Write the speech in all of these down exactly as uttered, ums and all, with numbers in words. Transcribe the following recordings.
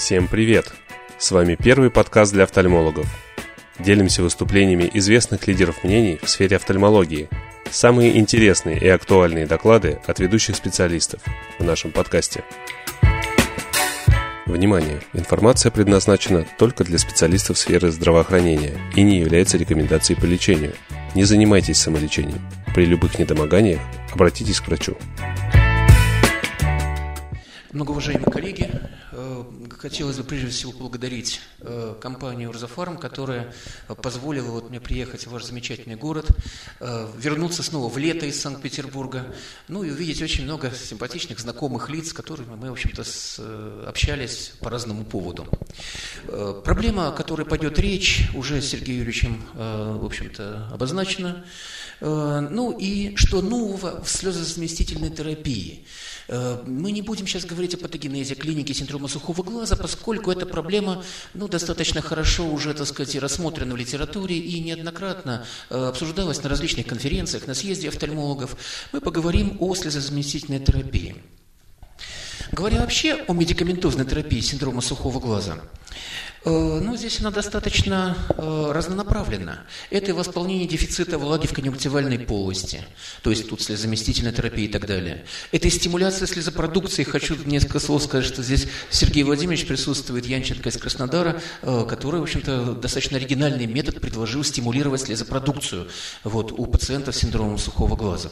Всем привет! С вами первый подкаст для офтальмологов. Делимся выступлениями известных лидеров мнений в сфере офтальмологии. Самые интересные и актуальные доклады от ведущих специалистов в нашем подкасте. Внимание! Информация предназначена только для специалистов сферы здравоохранения и не является рекомендацией по лечению. Не занимайтесь самолечением. При любых недомоганиях обратитесь к врачу. Многоуважаемые коллеги, хотелось бы прежде всего поблагодарить компанию «Урзафарм», которая позволила вот мне приехать в ваш замечательный город, вернуться снова в лето из Санкт-Петербурга, ну и увидеть очень много симпатичных, знакомых лиц, с которыми мы, в общем-то, общались по разному поводу. Проблема, о которой пойдет речь, уже с Сергеем Юрьевичем, в общем-то, обозначена. Ну и что нового в слезозаместительной терапии? Мы не будем сейчас говорить о патогенезе, клинике синдрома сухого глаза, поскольку эта проблема ну, достаточно хорошо уже, так сказать, рассмотрена в литературе и неоднократно обсуждалась на различных конференциях, на съезде офтальмологов. Мы поговорим о слезозаместительной терапии. Говоря вообще о медикаментозной терапии синдрома сухого глаза, ну, здесь она достаточно э, разнонаправленна. Это и восполнение дефицита влаги в конъюнктивальной полости, то есть тут слезозаместительная терапия и так далее. Это и стимуляция слезопродукции. Хочу несколько слов сказать, что здесь Сергей Владимирович присутствует, Янченко из Краснодара, э, который, в общем-то, достаточно оригинальный метод предложил стимулировать слезопродукцию вот, у пациентов с синдромом сухого глаза.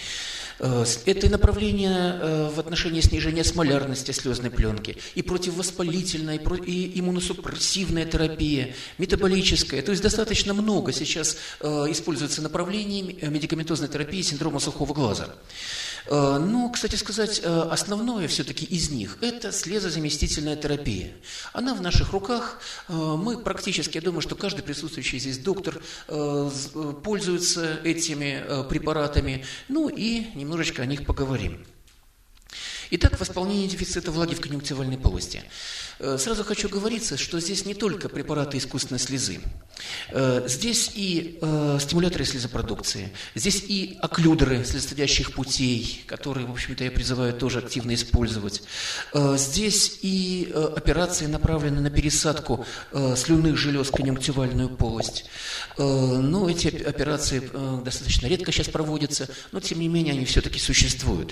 Это и направление в отношении снижения смолярности слезной пленки, и противовоспалительная, и иммуносупрессивная терапия, метаболическая. То есть достаточно много сейчас используется направлений медикаментозной терапии синдрома сухого глаза. Но, кстати сказать, основное все-таки из них – это слезозаместительная терапия. Она в наших руках. Мы практически, я думаю, что каждый присутствующий здесь доктор пользуется этими препаратами. Ну и немножечко о них поговорим. Итак, восполнение дефицита влаги в конъюнктивальной полости. Сразу хочу говориться, что здесь не только препараты искусственной слезы. Здесь и э, стимуляторы слезопродукции, здесь и окклюдеры слезотводящих путей, которые, в общем-то, я призываю тоже активно использовать. Здесь и э, операции, направленные на пересадку э, слюнных желез в конъюнктивальную полость. Э, но эти операции э, достаточно редко сейчас проводятся, но тем не менее они все-таки существуют.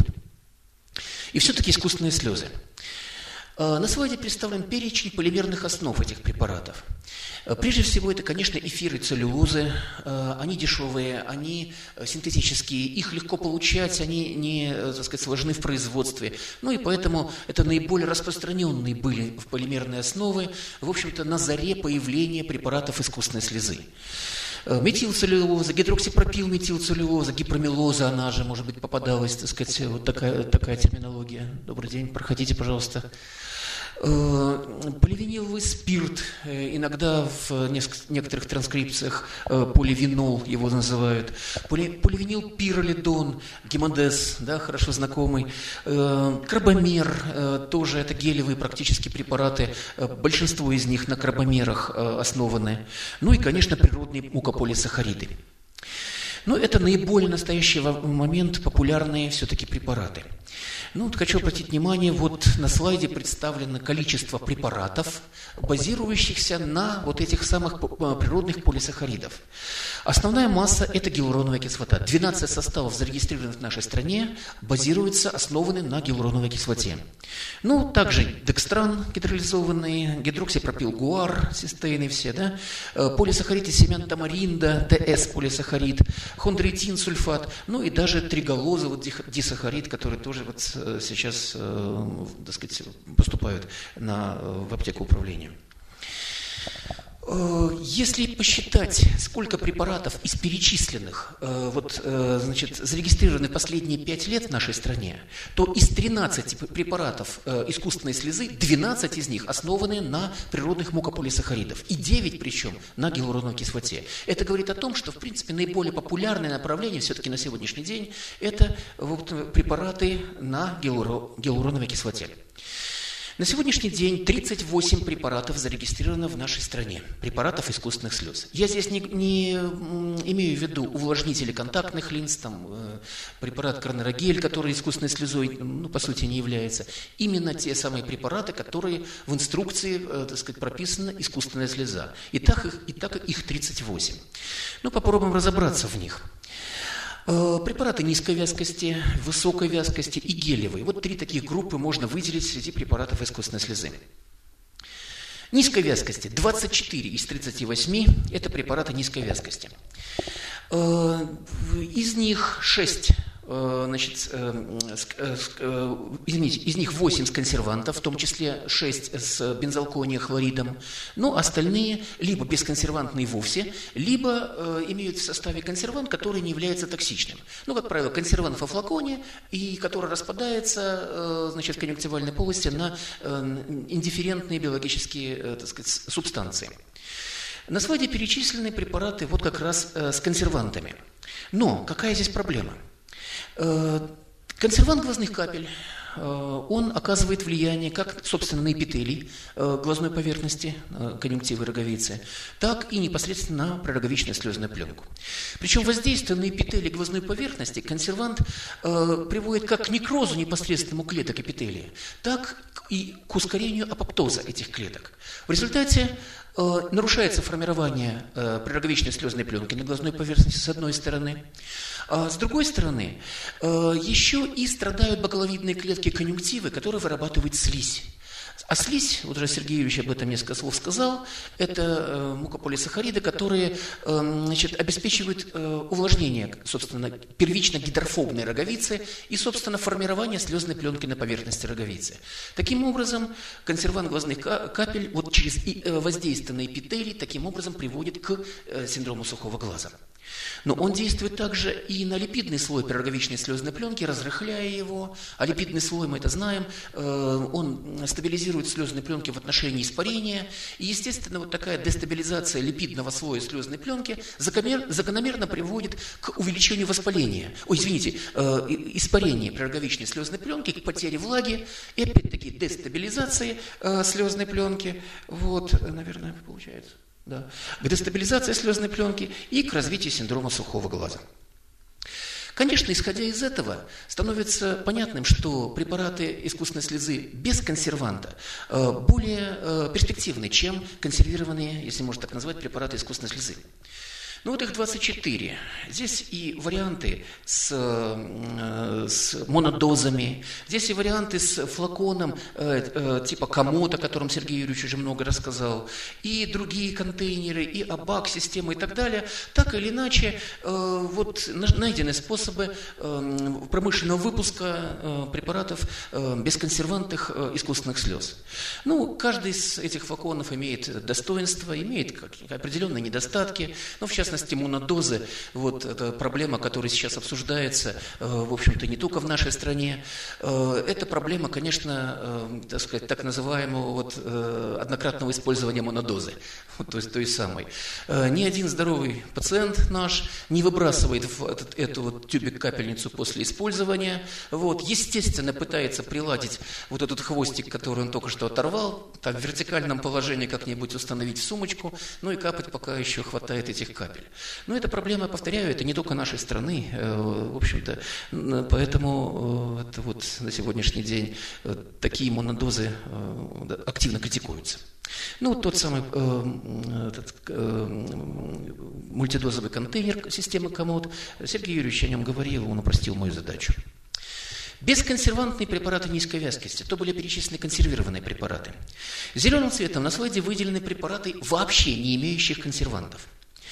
И все-таки искусственные слезы. На слайде представлен перечень полимерных основ этих препаратов. Прежде всего, это, конечно, эфиры целлюлозы. Они дешевые, они синтетические, их легко получать, они не, так сказать, сложны в производстве. Ну и поэтому это наиболее распространенные были в полимерные основы, в общем-то, на заре появления препаратов искусственной слезы. Метилцеллюлоза, гидроксипропилметилцеллюлоза, гипромелоза, она же, может быть, попадалась, так сказать, вот такая, такая терминология. Добрый день, проходите, пожалуйста. Поливиниловый спирт, иногда в некоторых транскрипциях поливинол его называют. Поли, поливинилпиролидон, гемодез, да, хорошо знакомый. Карбамер, тоже это гелевые практически препараты, большинство из них на карбамерах основаны. Ну и, конечно, природные мукополисахариды. Но это наиболее в настоящий момент популярные все-таки препараты. Ну, вот хочу обратить внимание, вот на слайде представлено количество препаратов, базирующихся на вот этих самых природных полисахаридов. Основная масса – это гиалуроновая кислота. двенадцать составов, зарегистрированных в нашей стране, базируются, основаны на гиалуроновой кислоте. Ну, также декстран гидролизованный, гидроксипропилгуар, цистеины все, да, полисахарид из семян тамаринда, ТС-полисахарид, хондроитин сульфат, ну и даже триголоза, вот дисахарид, который тоже вот сейчас, так сказать, поступают на, в аптеку управления. Если посчитать, сколько препаратов из перечисленных вот, значит, зарегистрированы последние пять лет в нашей стране, то из тринадцати препаратов искусственной слезы двенадцать из них основаны на природных мукополисахаридах, и девять причем на гиалуроновой кислоте. Это говорит о том, что, в принципе, наиболее популярное направление все-таки на сегодняшний день – это вот, препараты на гиалуроновой кислоте. На сегодняшний день тридцать восемь препаратов зарегистрировано в нашей стране, препаратов искусственных слез. Я здесь не, не имею в виду увлажнители контактных линз, там, э, препарат Кронорогель, который искусственной слезой, ну, по сути, не является. Именно те самые препараты, которые в инструкции, э, так сказать, прописана искусственная слеза. И так их, и так их тридцать восемь. Ну, попробуем разобраться в них. Препараты низкой вязкости, высокой вязкости и гелевые. Вот три таких группы можно выделить среди препаратов искусственной слезы. Низкой вязкости двадцать четыре из тридцати восьми – это препараты низкой вязкости. Из них шесть, значит, извините, из них восемь с консервантов, в том числе шесть с бензалкония хлоридом. Но остальные либо бесконсервантные вовсе, либо имеют в составе консервант, который не является токсичным. Ну, как правило, консервант флаконе, и который распадается, значит, в конъюнктивальной полости на индифферентные биологические, так сказать, субстанции. На слайде перечислены препараты вот как раз с консервантами. Но какая здесь проблема? Консервант глазных капель, он оказывает влияние как, собственно, на эпителий глазной поверхности, конъюнктивы роговицы, так и непосредственно на пророговичную слезную пленку. Причем воздействие на эпителий глазной поверхности консервант приводит как к некрозу непосредственному клеток эпителия, так и к ускорению апоптоза этих клеток. В результате нарушается формирование пророговичной слезной пленки на глазной поверхности с одной стороны. А с другой стороны, еще и страдают бакаловидные клетки конъюнктивы, которые вырабатывают слизь. А слизь, вот уже Сергей Юрьевич об этом несколько слов сказал, это мукополисахариды, которые, значит, обеспечивают увлажнение, собственно, первично гидрофобной роговицы и, собственно, формирование слезной пленки на поверхности роговицы. Таким образом, консервант глазных капель вот через воздействие на эпителий таким образом приводит к синдрому сухого глаза. Но он действует также и на липидный слой пророговичной слезной пленки, разрыхляя его. А липидный слой, мы это знаем, он стабилизирует слезные пленки в отношении испарения. И, естественно, вот такая дестабилизация липидного слоя слезной пленки закономерно приводит к увеличению воспаления. Ой, извините, испарения пророговичной слезной пленки, к потере влаги и, опять-таки, дестабилизации слезной пленки. Вот, наверное, получается. Да, к дестабилизации слезной пленки и к развитию синдрома сухого глаза. Конечно, исходя из этого, становится понятным, что препараты искусственной слезы без консерванта более перспективны, чем консервированные, если можно так назвать, препараты искусственной слезы. Ну вот их двадцать четыре. Здесь и варианты с, с монодозами, здесь и варианты с флаконом э, э, типа Комод, о котором Сергей Юрьевич уже много рассказал, и другие контейнеры, и АБАК-системы и так далее. Так или иначе, э, вот найдены способы э, промышленного выпуска э, препаратов э, бесконсервантных э, искусственных слез. Ну, каждый из этих флаконов имеет достоинства, имеет определенные недостатки, но в частности, монодозы, вот эта проблема, которая сейчас обсуждается, в общем-то, не только в нашей стране. Это проблема, конечно, так сказать, так называемого вот однократного использования монодозы, то есть той самой. Ни один здоровый пациент наш не выбрасывает в этот, эту вот тюбик-капельницу после использования. Вот, естественно, пытается приладить вот этот хвостик, который он только что оторвал, так, в вертикальном положении как-нибудь установить в сумочку, ну и капать, пока еще хватает этих капель. Но эта проблема, повторяю, это не только нашей страны, в общем-то, поэтому это вот на сегодняшний день такие монодозы активно критикуются. Ну, вот тот самый э, этот, э, мультидозовый контейнер системы Комод, Сергей Юрьевич о нем говорил, он упростил мою задачу. Бесконсервантные препараты низкой вязкости, то были перечислены консервированные препараты. Зеленым цветом на слайде выделены препараты, вообще не имеющих консервантов.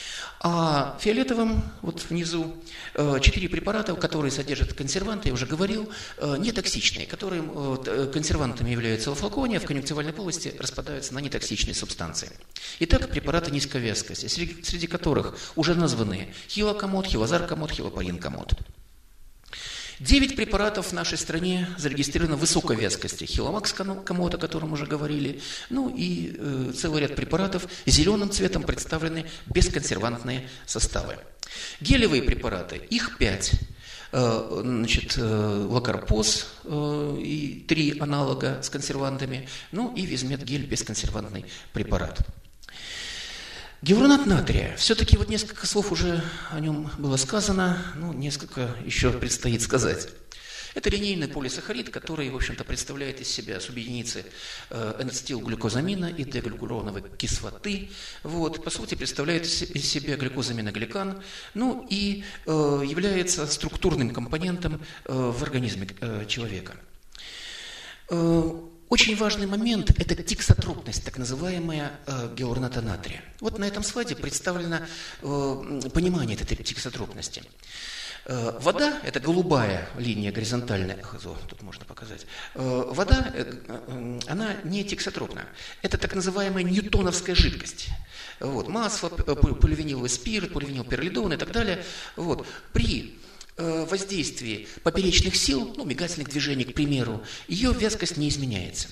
А фиолетовым, вот внизу, четыре препарата, которые содержат консерванты, я уже говорил, нетоксичные, которые консервантами являются во флаконе, а в конъюнктивальной полости распадаются на нетоксичные субстанции. Итак, препараты низкой вязкости, среди, среди которых уже названы хилокомод, хилозар-комод, хилопарин-комод. Девять препаратов в нашей стране зарегистрировано высокой вязкости. Хиломакс Комод, о котором уже говорили. Ну и э, целый ряд препаратов зеленым цветом представлены бесконсервантные составы. Гелевые препараты, их пять. значит, лакарпоз и три аналога с консервантами, ну и визметгель бесконсервантный препарат. Гиалуронат натрия. Все-таки вот несколько слов уже о нем было сказано, ну, несколько еще предстоит сказать. Это линейный полисахарид, который, в общем-то, представляет из себя субъединицы N-ацетилглюкозамина и D-глюкуроновой кислоты. Вот, по сути, представляет из себя глюкозаминогликан, ну и э, является структурным компонентом э, в организме э, человека. Э, Очень важный момент – это тиксотропность, так называемая э, гиалуроната натрия. Вот на этом слайде представлено э, понимание этой тиксотропности. Э, вода – это голубая линия горизонтальная, о, тут можно показать. Э, вода, э, э, она не тиксотропна. Это так называемая ньютоновская жидкость. Вот, масло, поливиниловый спирт, поливинилпиролидон и так далее. Вот, при воздействии поперечных сил, ну, мигательных движений, к примеру, ее вязкость не изменяется.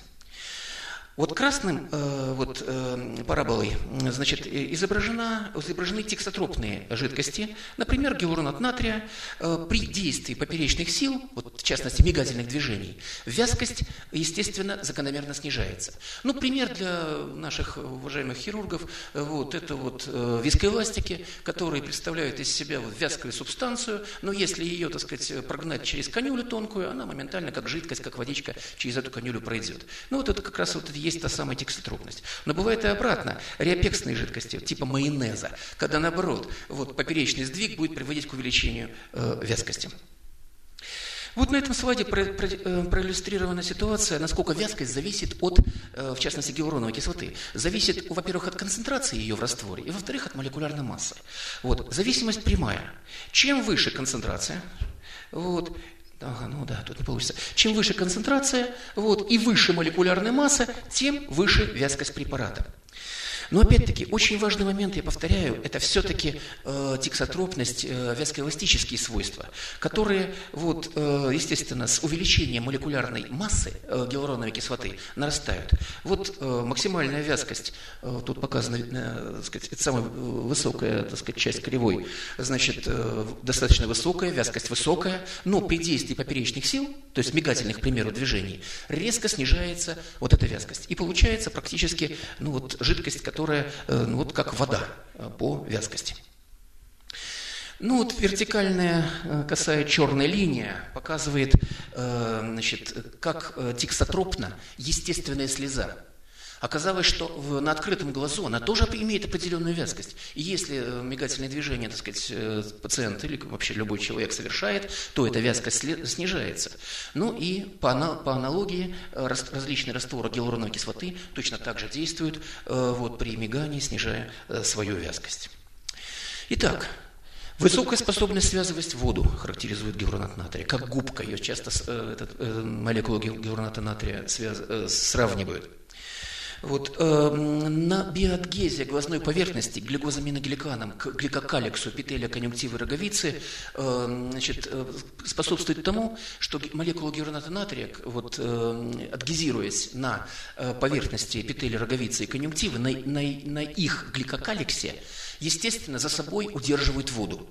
Вот красным э, вот, э, параболой, значит, изображена, изображены тиксотропные жидкости, например, гиалуронат натрия. Э, при действии поперечных сил, вот, в частности мигательных движений, вязкость, естественно, закономерно снижается. Ну, пример для наших уважаемых хирургов, вот, это вот э, вискоэластики, которые представляют из себя вот, вязкую субстанцию, но если ее, так сказать, прогнать через канюлю тонкую, она моментально, как жидкость, как водичка, через эту канюлю пройдет. Ну, вот это как раз вот есть та самая тиксотропность. Но бывает и обратно. Реапексные жидкости, типа майонеза, когда, наоборот, вот, поперечный сдвиг будет приводить к увеличению э, вязкости. Вот на этом слайде про, про, э, проиллюстрирована ситуация, насколько вязкость зависит от, э, в частности, гиалуроновой кислоты. Зависит, во-первых, от концентрации ее в растворе, и, во-вторых, от молекулярной массы. Вот. Зависимость прямая. Чем выше концентрация, вот, Ага, ну да, тут не получится. Чем выше концентрация, вот, и выше молекулярная масса, тем выше вязкость препарата. Но опять-таки, очень важный момент, я повторяю, это все-таки э, тиксотропность, э, вязкоэластические свойства, которые, вот, э, естественно, с увеличением молекулярной массы э, гиалуроновой кислоты нарастают. Вот э, максимальная вязкость, э, тут показана, э, так сказать, это самая высокая, так сказать, часть кривой, значит, э, достаточно высокая, вязкость высокая, но при действии поперечных сил, то есть мигательных, к примеру, движений, резко снижается вот эта вязкость. И получается практически, ну, вот, жидкость, которая которая, ну, вот как вода по вязкости. Ну вот вертикальная косая черная линия показывает, значит, как тиксотропна естественная слеза. Оказалось, что в, на открытом глазу она тоже имеет определенную вязкость. И если мигательные движения, так сказать, пациент или вообще любой человек совершает, то эта вязкость снижается. Ну и по, по аналогии раз, различные растворы гиалуроновой кислоты точно так же действуют вот, при мигании, снижая свою вязкость. Итак, высокая способность связывать воду характеризует гиалуронат натрия, как губка. Ее часто э, этот, э, молекулу гиалуроната натрия связ, э, сравнивают. Вот, э, на биоадгезе глазной поверхности глюкозаминогликаном к гликокалексу эпителия конъюнктивы роговицы э, значит, э, способствует тому, что молекула гиалуроната натрия, вот, э, адгезируясь на э, поверхности эпителия роговицы и конъюнктивы, на, на, на их гликокалексе, естественно, за собой удерживают воду.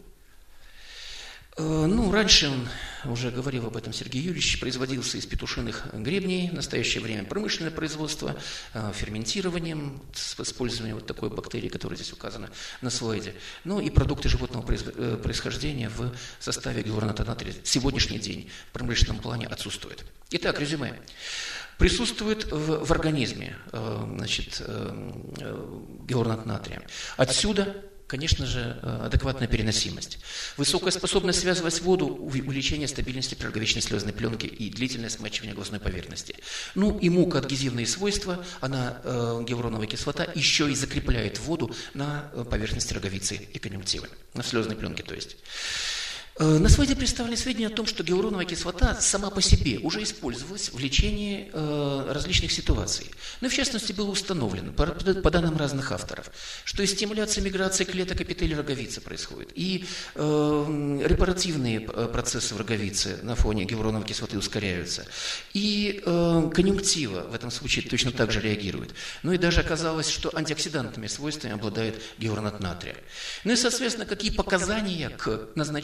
Ну, раньше, он уже говорил об этом Сергей Юрьевич, производился из петушиных гребней, в настоящее время промышленное производство, ферментированием, с использованием вот такой бактерии, которая здесь указана на слайде. Ну, и продукты животного происхождения в составе гиалуроната натрия в сегодняшний день в промышленном плане отсутствует. Итак, резюме. Присутствует в, в организме, значит, гиалуронат натрия. Отсюда, конечно же, адекватная переносимость. Высокая способность связывать воду, увеличение стабильности прилоговечной слезной пленки и длительное смачивание глазной поверхности. Ну и мукоадгезивные свойства, она, э, гиалуроновая кислота, еще и закрепляет воду на поверхности роговицы и конъюнктивы, на слезной пленке, то есть. На слайде представлены сведения о том, что гиалуроновая кислота сама по себе уже использовалась в лечении э, различных ситуаций. Ну, в частности, было установлено, по, по данным разных авторов, что и стимуляция миграции клеток эпителия роговицы происходит, и э, репаративные процессы в роговице на фоне гиалуроновой кислоты ускоряются, и э, конъюнктива в этом случае точно так же реагирует. Ну и даже оказалось, что антиоксидантными свойствами обладает гиалуронат натрия. Ну и, соответственно, какие показания к назначению гиалуроновой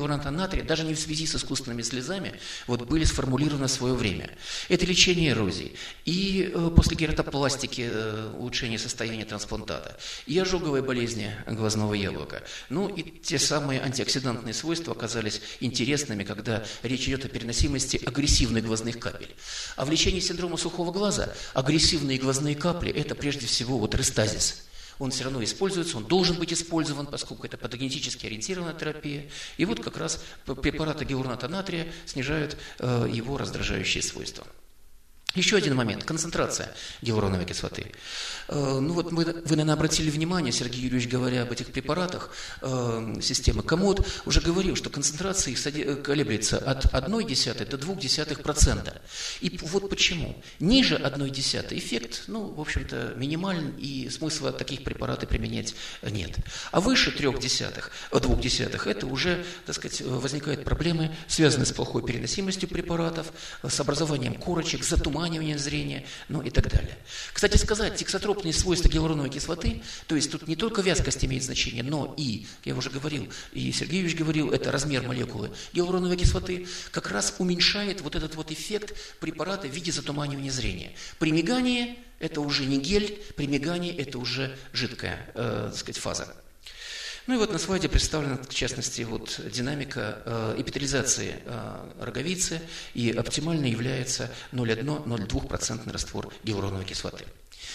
гиалуроната натрия, даже не в связи с искусственными слезами, вот, были сформулированы в свое время. Это лечение эрозии, и э, после кератопластики э, улучшение состояния трансплантата, и ожоговые болезни глазного яблока. Ну и те самые антиоксидантные свойства оказались интересными, когда речь идет о переносимости агрессивных глазных капель. А в лечении синдрома сухого глаза агрессивные глазные капли – это прежде всего вот рестазис. Он все равно используется, он должен быть использован, поскольку это патогенетически ориентированная терапия. И вот как раз препараты гиалуроната натрия снижают э, его раздражающие свойства. Еще один момент – концентрация гиалуроновой кислоты. Э, ну вот мы, вы, наверное, обратили внимание, Сергей Юрьевич, говоря об этих препаратах э, системы КОМОД, уже говорил, что концентрация их сади, колеблется от одной десятой до двух десятых процента. И вот почему. Ниже одной десятой эффект, ну, в общем-то, минимален, и смысла таких препаратов применять нет. А выше трех десятых, двух десятых, это уже, так сказать, возникают проблемы, связанные с плохой переносимостью препаратов, с образованием корочек, затуманиванием зрения, ну и так далее. Кстати сказать, тиксотропные свойства гиалуроновой кислоты, то есть тут не только вязкость имеет значение, но и, я уже говорил, и Сергей Юрьевич говорил, это размер молекулы гиалуроновой кислоты, как раз уменьшает вот этот вот эффект препарата в виде затуманивания зрения. При мигании это уже не гель, при мигании это уже жидкая, э, так сказать, фаза. Ну и вот на слайде представлена, в частности, вот динамика э, эпителизации э, роговицы, и оптимально является ноль целых одна десятая - ноль целых две десятых процента раствор гиалуроновой кислоты.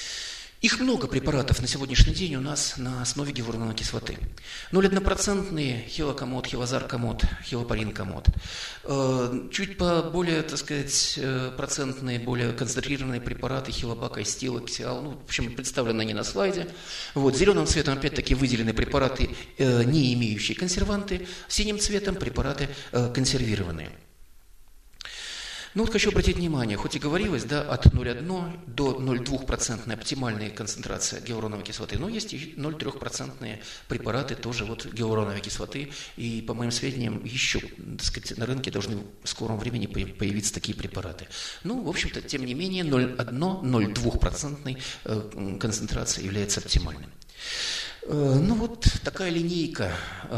Их много препаратов на сегодняшний день у нас на основе гиалуроновой кислоты. ноль целых одна десятая процентные хилокомод, хилозар-комод, хилопарин-комод. Чуть по более, так сказать, процентные, более концентрированные препараты хилобака, стила, ксиал. Ну, в общем, представлены они на слайде. Вот, зеленым цветом опять-таки выделены препараты, не имеющие консерванты, синим цветом препараты консервированные. Ну вот хочу обратить внимание, хоть и говорилось, да, от ноль целых одна десятая до ноль целых две десятых процента оптимальная концентрация гиалуроновой кислоты, но есть и ноль целых три десятых процента препараты тоже вот гиалуроновой кислоты, и по моим сведениям еще, так сказать, на рынке должны в скором времени появиться такие препараты. Ну, в общем-то, тем не менее, ноль целых одна десятая - ноль целых две десятых процента концентрация является оптимальной. Ну вот такая линейка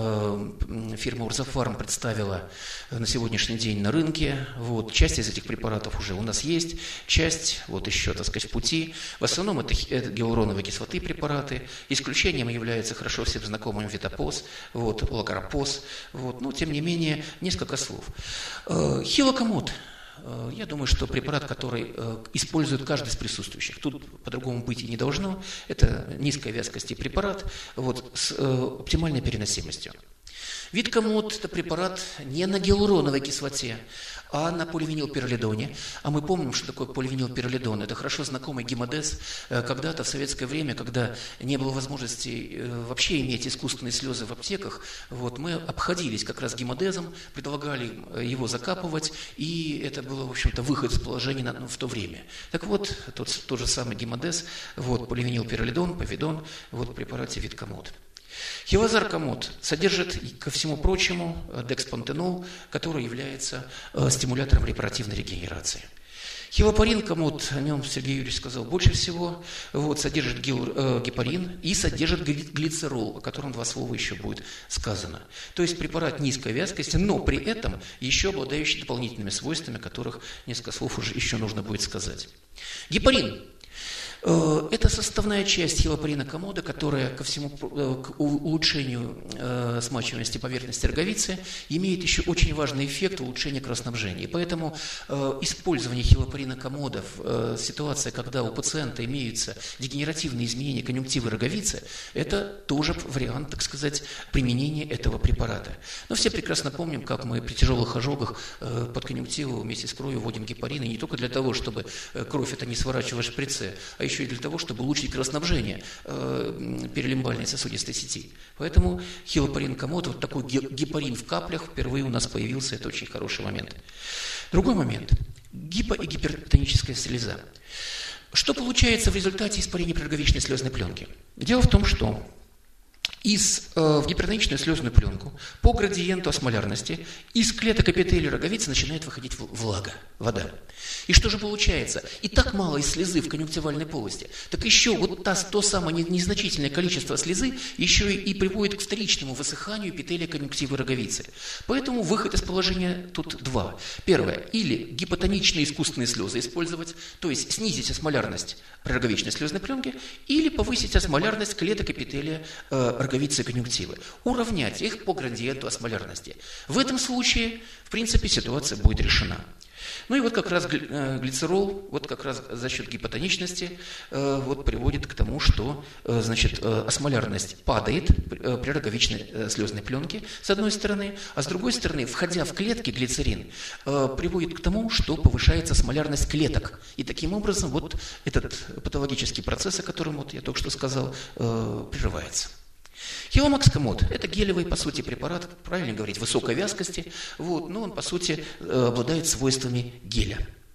фирма Урзафарм представила на сегодняшний день на рынке. Вот, часть из этих препаратов уже у нас есть, часть вот еще, так сказать, в пути. В основном это, это гиалуроновые кислоты препараты. Исключением является хорошо всем знакомым Витапоз, вот, Логаропоз. Вот, но тем не менее несколько слов. Хилокомод. Я думаю, что препарат, который использует каждый из присутствующих, тут по-другому быть и не должно, это низкой вязкости препарат вот, с оптимальной переносимостью. Виткомод – это препарат не на гиалуроновой кислоте, а на поливинилпиролидоне. А мы помним, что такое поливинилпиролидон. Это хорошо знакомый гемодез. Когда-то в советское время, когда не было возможности вообще иметь искусственные слезы в аптеках, вот, мы обходились как раз гемодезом, предлагали его закапывать, и это было, в общем-то, выход из положения в то время. Так вот, тот, тот же самый гемодез, вот, поливинилпиролидон, повидон, вот в препарате Виткомод. Хилозар-комод содержит, ко всему прочему, декспантенол, который является э, стимулятором репаративной регенерации. Хилопарин-комод, о нем Сергей Юрьевич сказал больше всего, вот, содержит гил, э, гепарин и содержит глицерол, о котором два слова еще будет сказано. То есть препарат низкой вязкости, но при этом еще обладающий дополнительными свойствами, о которых несколько слов уже еще нужно будет сказать. Гепарин. Это составная часть хилопарина-комода, которая ко всему, к улучшению э, смачиваемости поверхности роговицы имеет еще очень важный эффект улучшения кровоснабжения. И поэтому э, использование хилопарина-комода в э, ситуации, когда у пациента имеются дегенеративные изменения конъюнктивы роговицы, это тоже вариант, так сказать, применения этого препарата. Но все прекрасно помним, как мы при тяжелых ожогах э, под конъюнктиву вместе с кровью вводим гепарин, и не только для того, чтобы кровь это не сворачивала в шприце, а еще и для того, чтобы улучшить кровоснабжение э, перилимбальной сосудистой сети. Поэтому хилопарин-комод, вот такой гепарин в каплях впервые у нас появился, это очень хороший момент. Другой момент. Гипо- и гипертоническая слеза. Что получается в результате испарения прироговичной слезной пленки? Дело в том, что из, э, в гипертоничную слезную пленку по градиенту осмолярности из клеток эпителия роговицы начинает выходить влага, вода. И что же получается? И так мало из слезы в конъюнктивальной полости, так еще вот та, то самое незначительное количество слезы еще и, и приводит к вторичному высыханию эпителия конъюнктивы роговицы. Поэтому выход из положения тут два. Первое. Или гипотоничные искусственные слезы использовать, то есть снизить осмолярность при роговичной слезной пленке, или повысить осмолярность клеток эпителия э, роговицы и конъюнктивы. Уравнять их по градиенту осмолярности. В этом случае, в принципе, ситуация будет решена. Ну и вот как раз глицерол, вот как раз за счет гипотоничности, э, вот приводит к тому, что э, значит, э, осмолярность падает при роговичной э, слезной пленке, с одной стороны, а с другой стороны, входя в клетки, глицерин э, приводит к тому, что повышается осмолярность клеток. И таким образом вот этот патологический процесс, о котором вот я только что сказал, э, прерывается. Хиломакс комод – это гелевый, по сути, препарат, правильно говорить, высокой вязкости, вот, но он, по сути, обладает свойствами геля.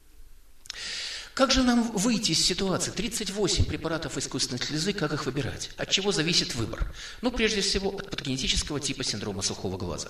Как же нам выйти из ситуации? тридцать восемь препаратов искусственной слезы, как их выбирать? От чего зависит выбор? Ну, прежде всего, от патогенетического типа синдрома сухого глаза.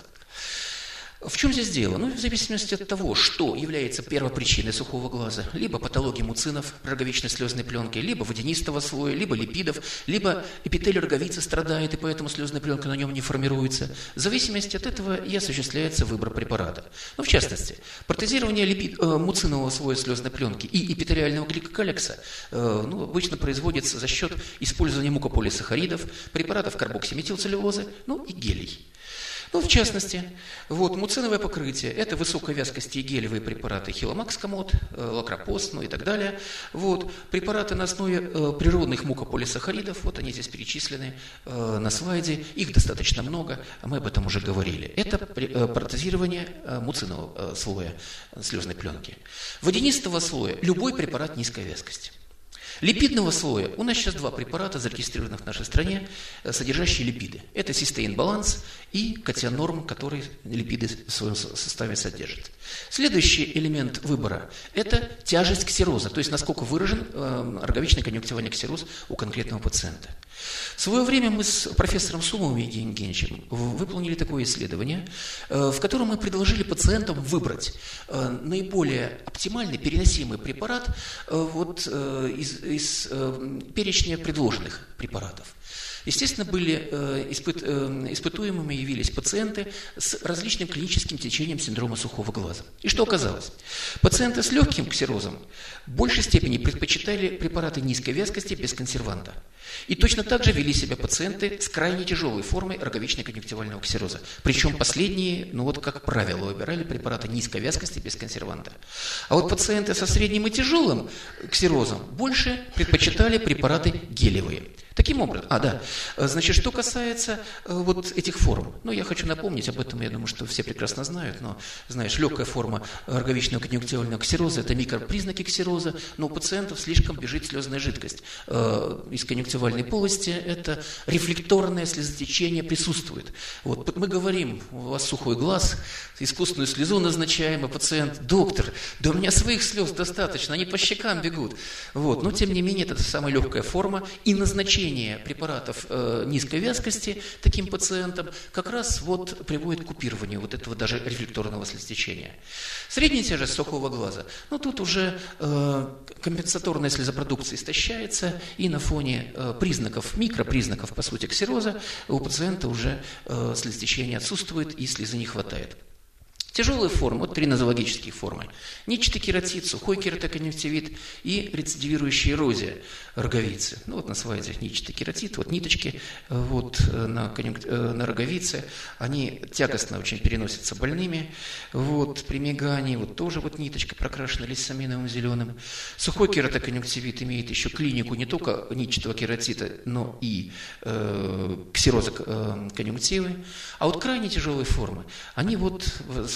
В чем здесь дело? Ну, в зависимости от того, что является первопричиной сухого глаза, либо патологии муцинов роговичной слезной пленки, либо водянистого слоя, либо липидов, либо эпителий роговицы страдает, и поэтому слезная пленка на нем не формируется. В зависимости от этого и осуществляется выбор препарата. Ну, в частности, протезирование липид, э, муцинового слоя слезной пленки и эпителиального гликокалекса э, ну, обычно производится за счет использования мукополисахаридов, препаратов карбоксиметилцеллюлозы, ну и гелей. Ну, в частности, вот, муциновое покрытие – это высокой вязкости и гелевые препараты Хиломакс комод, э, лакропост, ну и так далее. Вот, препараты на основе э, природных мукополисахаридов, вот они здесь перечислены э, на слайде, их достаточно много, а мы об этом уже говорили. Это э, протезирование э, муцинового э, слоя слезной пленки. Водянистого слоя – любой препарат низкой вязкости. Липидного слоя у нас сейчас два препарата, зарегистрированных в нашей стране, содержащие липиды. Это цистеин-баланс и катионорм, который липиды в своем составе содержит. Следующий элемент выбора – это тяжесть ксероза, то есть насколько выражен э, роговичный конъюнктивальный ксероз у конкретного пациента. В свое время мы с профессором Сумовым Евгением Евгеньевичем выполнили такое исследование, э, в котором мы предложили пациентам выбрать э, наиболее оптимальный переносимый препарат э, вот, э, из, из э, перечня предложенных препаратов. Естественно, были э, испыт, э, испытуемыми явились пациенты с различным клиническим течением синдрома сухого глаза. И что оказалось? Пациенты с легким ксерозом в большей степени предпочитали препараты низкой вязкости без консерванта. И точно так же вели себя пациенты с крайне тяжелой формой роговично-конъюнктивального ксероза. Причем последние, ну вот как правило, выбирали препараты низкой вязкости без консерванта. А вот пациенты со средним и тяжелым ксерозом больше предпочитали препараты гелевые. Таким образом, а да, значит, что касается э, вот этих форм, ну, я хочу напомнить об этом, я думаю, что все прекрасно знают, но, знаешь, легкая форма роговичного конъюнктивального ксероза – это микропризнаки ксероза, но у пациентов слишком бежит слезная жидкость. Э, из конъюнктивальной полости это рефлекторное слезотечение присутствует. Вот, мы говорим, у вас сухой глаз, искусственную слезу назначаем, а пациент: доктор, да у меня своих слез достаточно, они по щекам бегут. Вот, но, тем не менее, это самая легкая форма, и назначение препаратов э, низкой вязкости таким пациентам как раз вот приводит к купированию вот этого даже рефлекторного слезотечения. Средняя тяжесть сухого глаза, ну тут уже э, компенсаторная слезопродукция истощается, и на фоне э, признаков, микропризнаков, по сути, ксероза у пациента уже э, слезотечение отсутствует и слезы не хватает. Тяжелые формы, вот три нозологические формы. Нитчатый кератит, сухой кератоконъюнктивит и рецидивирующая эрозия роговицы. Ну вот на слайде нитчатый кератит, вот ниточки вот, на, конъюнк... на роговице, они тягостно очень переносятся больными. Вот, при мигании вот тоже вот ниточка прокрашена лисаминовым зеленым. Сухой кератоконъюнктивит имеет еще клинику не только нитчатого кератита, но и э, ксероза э, конъюнктивы. А вот крайне тяжелые формы, они вот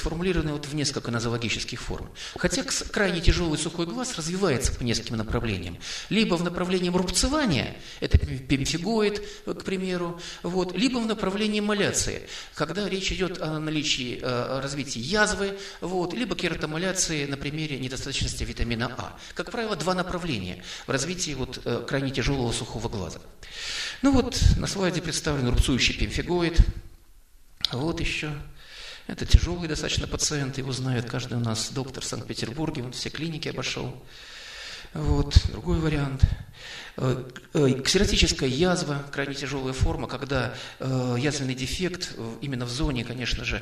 сформулированы вот в несколько нозологических форм. Хотя крайне тяжелый сухой глаз развивается по нескольким направлениям. Либо в направлении рубцевания, это пемфигоид, к примеру, вот, либо в направлении маляции, когда речь идет о наличии, о развитии язвы, вот, либо кератомаляции на примере недостаточности витамина А. Как правило, два направления в развитии вот, крайне тяжелого сухого глаза. Ну вот, на слайде представлен рубцующий пемфигоид. Вот еще. Это тяжелый достаточно пациент, его знает каждый у нас доктор в Санкт-Петербурге, он все клиники обошел. Вот, другой вариант. Ксеротическая язва, крайне тяжелая форма, когда э, язвенный дефект именно в зоне, конечно же,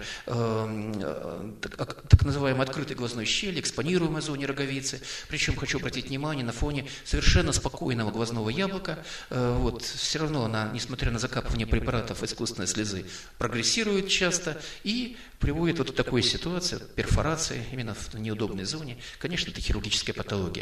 э, так, так называемой открытой глазной щели, экспонируемой зоне роговицы. Причем хочу обратить внимание на фоне совершенно спокойного глазного яблока. Э, вот, все равно она, несмотря на закапывание препаратов искусственной слезы, прогрессирует часто и приводит вот к такой ситуации, перфорации именно в неудобной зоне. Конечно, это хирургическая патология.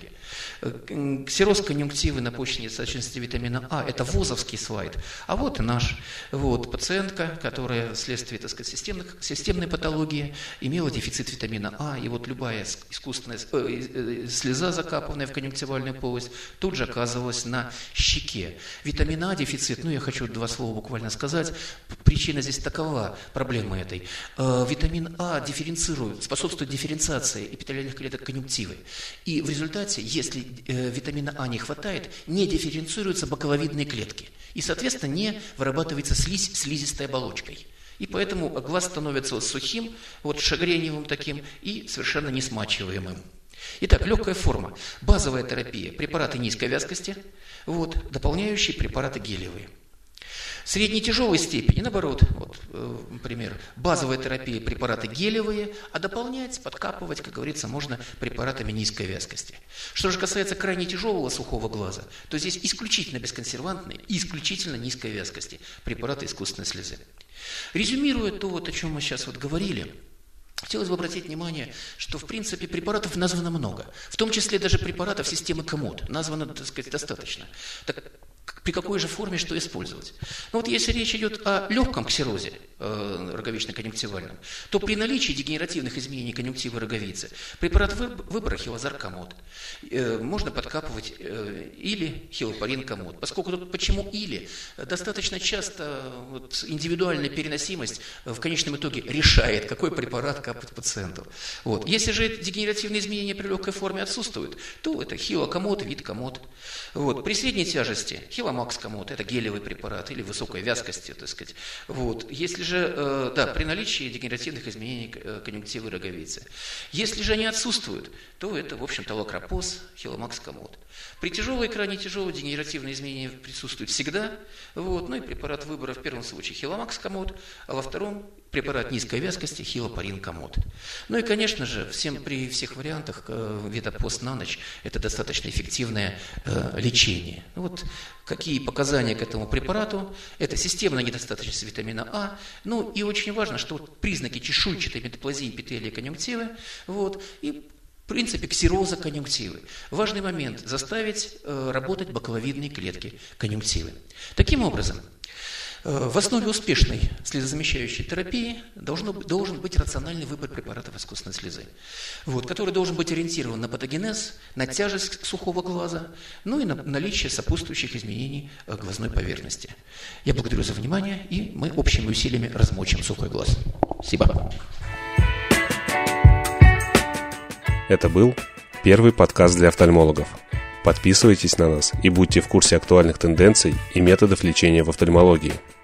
Ксероз конъюнктивы на почечной недостаточности витамина А – это ВОЗовский слайд. А вот и наш. Вот, пациентка, которая вследствие, так сказать, системных, системной патологии имела дефицит витамина А, и вот любая искусственная э, слеза, закапанная в конъюнктивальную полость, тут же оказывалась на щеке. Витамин А дефицит, ну я хочу два слова буквально сказать, причина здесь такова, проблема этой. Э, витамин А дифференцирует, способствует дифференциации эпителиальных клеток конъюнктивы. И в результате, если э, витамина А не хватает, не дифференцируются бакаловидные клетки. И, соответственно, не вырабатывается слизь слизистой оболочкой. И поэтому глаз становится вот сухим, вот шагреневым таким и совершенно несмачиваемым. Итак, легкая форма. Базовая терапия. Препараты низкой вязкости, вот, дополняющие препараты гелевые. Средней тяжелой степени, наоборот, вот, э, пример, базовая терапия, препараты гелевые, а дополнять, подкапывать, как говорится, можно препаратами низкой вязкости. Что же касается крайне тяжелого сухого глаза, то здесь исключительно бесконсервантные и исключительно низкой вязкости препараты искусственной слезы. Резюмируя то, вот, о чем мы сейчас вот говорили, хотелось бы обратить внимание, что, в принципе, препаратов названо много, в том числе даже препаратов системы КОМОД, названо, так сказать, достаточно. Так, при какой же форме что использовать? Ну вот если речь идет о легком ксерозе, э, роговично-конъюнктивальном, то при наличии дегенеративных изменений конъюнктивы роговицы препарат выбора хилозар-комод э, можно подкапывать э, или хилопарин-комод. Поскольку тут почему или? Достаточно часто вот, индивидуальная переносимость в конечном итоге решает, какой препарат капать пациенту. Вот. Если же дегенеративные изменения при легкой форме отсутствуют, то это хилокомод, вид-комод. Вот. При средней тяжести хиломакс-комод, это гелевый препарат или высокой вязкости, так сказать. Вот. Если же, э, да, при наличии дегенеративных изменений конъюнктивы роговицы. Если же они отсутствуют, то это, в общем-то, лакропоз, хиломакс-комод. При тяжелой, крайне тяжелой дегенеративные изменения присутствуют всегда. Вот. Ну и препарат выбора в первом случае хиломакс-комод, а во втором препарат низкой вязкости хилопарин-комод. Ну и, конечно же, всем, при всех вариантах э, ветопост на ночь это достаточно эффективное э, лечение. Вот какие показания к этому препарату? Это системная недостаточность витамина А. Ну и очень важно, что вот признаки чешуйчатой метаплазии эпителия конъюнктивы, вот, и в принципе, ксероза конъюнктивы. Важный момент – заставить э, работать бакаловидные клетки конъюнктивы. Таким образом, э, в основе успешной слезозамещающей терапии должно, должен быть рациональный выбор препаратов искусственной слезы, вот, который должен быть ориентирован на патогенез, на тяжесть сухого глаза, ну и на наличие сопутствующих изменений э, глазной поверхности. Я благодарю за внимание, и мы общими усилиями размочим сухой глаз. Спасибо. Это был первый подкаст для офтальмологов. Подписывайтесь на нас и будьте в курсе актуальных тенденций и методов лечения в офтальмологии.